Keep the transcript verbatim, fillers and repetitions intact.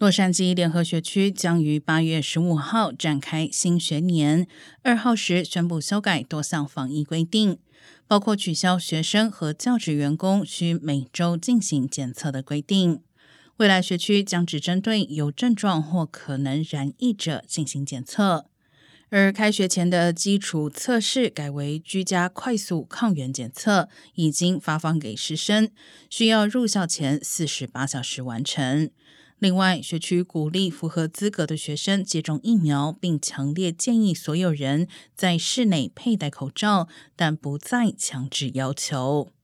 洛杉矶联合学区将于八月十五号展开新学年，二号时宣布修改多项防疫规定，包括取消学生和教职员工需每周进行检测的规定。未来学区将只针对有症状或可能染疫者进行检测，而开学前的基础测试改为居家快速抗原检测，已经发放给师生，需要入校前四十八小时完成。另外，学区鼓励符合资格的学生接种疫苗，并强烈建议所有人在室内佩戴口罩，但不再强制要求。